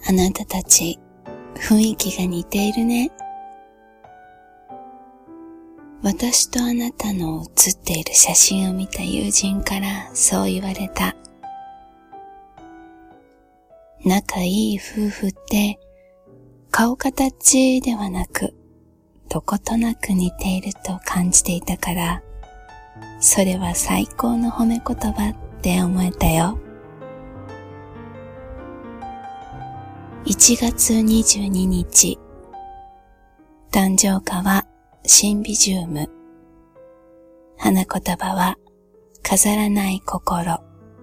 あなたたち、雰囲気が似ているね。私とあなたの写っている写真を見た友人からそう言われた。仲いい夫婦って顔形ではなく、どことなく似ていると感じていたから、それは最高の褒め言葉って思えたよ。1月22日、誕生花はシンビジウム。花言葉は飾らない心。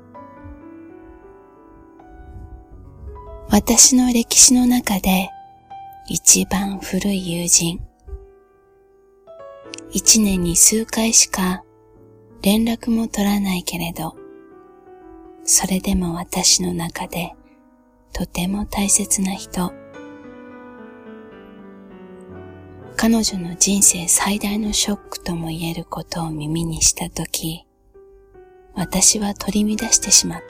私の歴史の中で一番古い友人。1年に数回しか連絡も取らないけれど、それでも私の中でとても大切な人。彼女の人生最大のショックとも言えることを耳にしたとき、私は取り乱してしまった。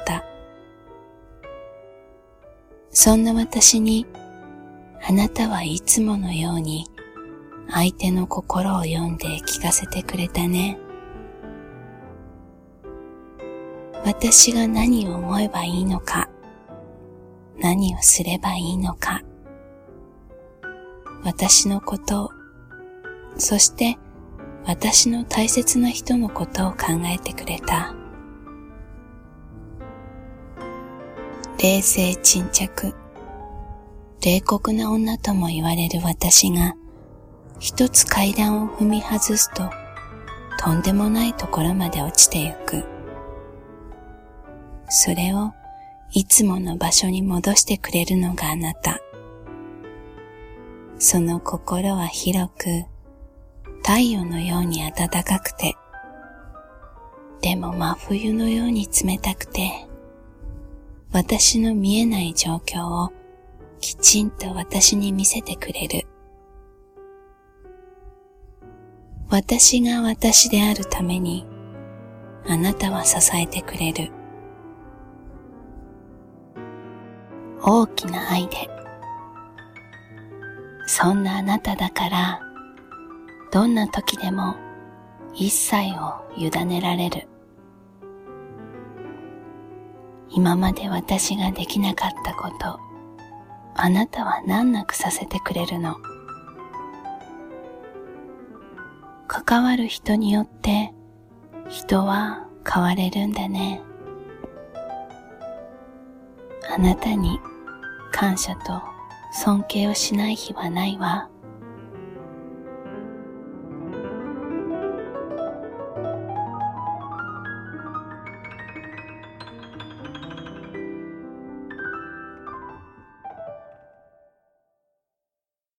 そんな私に、あなたはいつものように相手の心を読んで聞かせてくれたね。私が何を思えばいいのか、何をすればいいのか、私のこと、そして私の大切な人のことを考えてくれた。冷静沈着、冷酷な女とも言われる私が、一つ階段を踏み外すと、とんでもないところまで落ちてゆく。それをいつもの場所に戻してくれるのがあなた。その心は広く、太陽のように暖かくて、でも真冬のように冷たくて、私の見えない状況をきちんと私に見せてくれる。私が私であるために、あなたは支えてくれる。大きな愛で。そんなあなただから、どんな時でも一切を委ねられる。今まで私ができなかったこと、あなたは難なくさせてくれるの。関わる人によって人は変われるんだね。あなたに感謝と尊敬をしない日はないわ。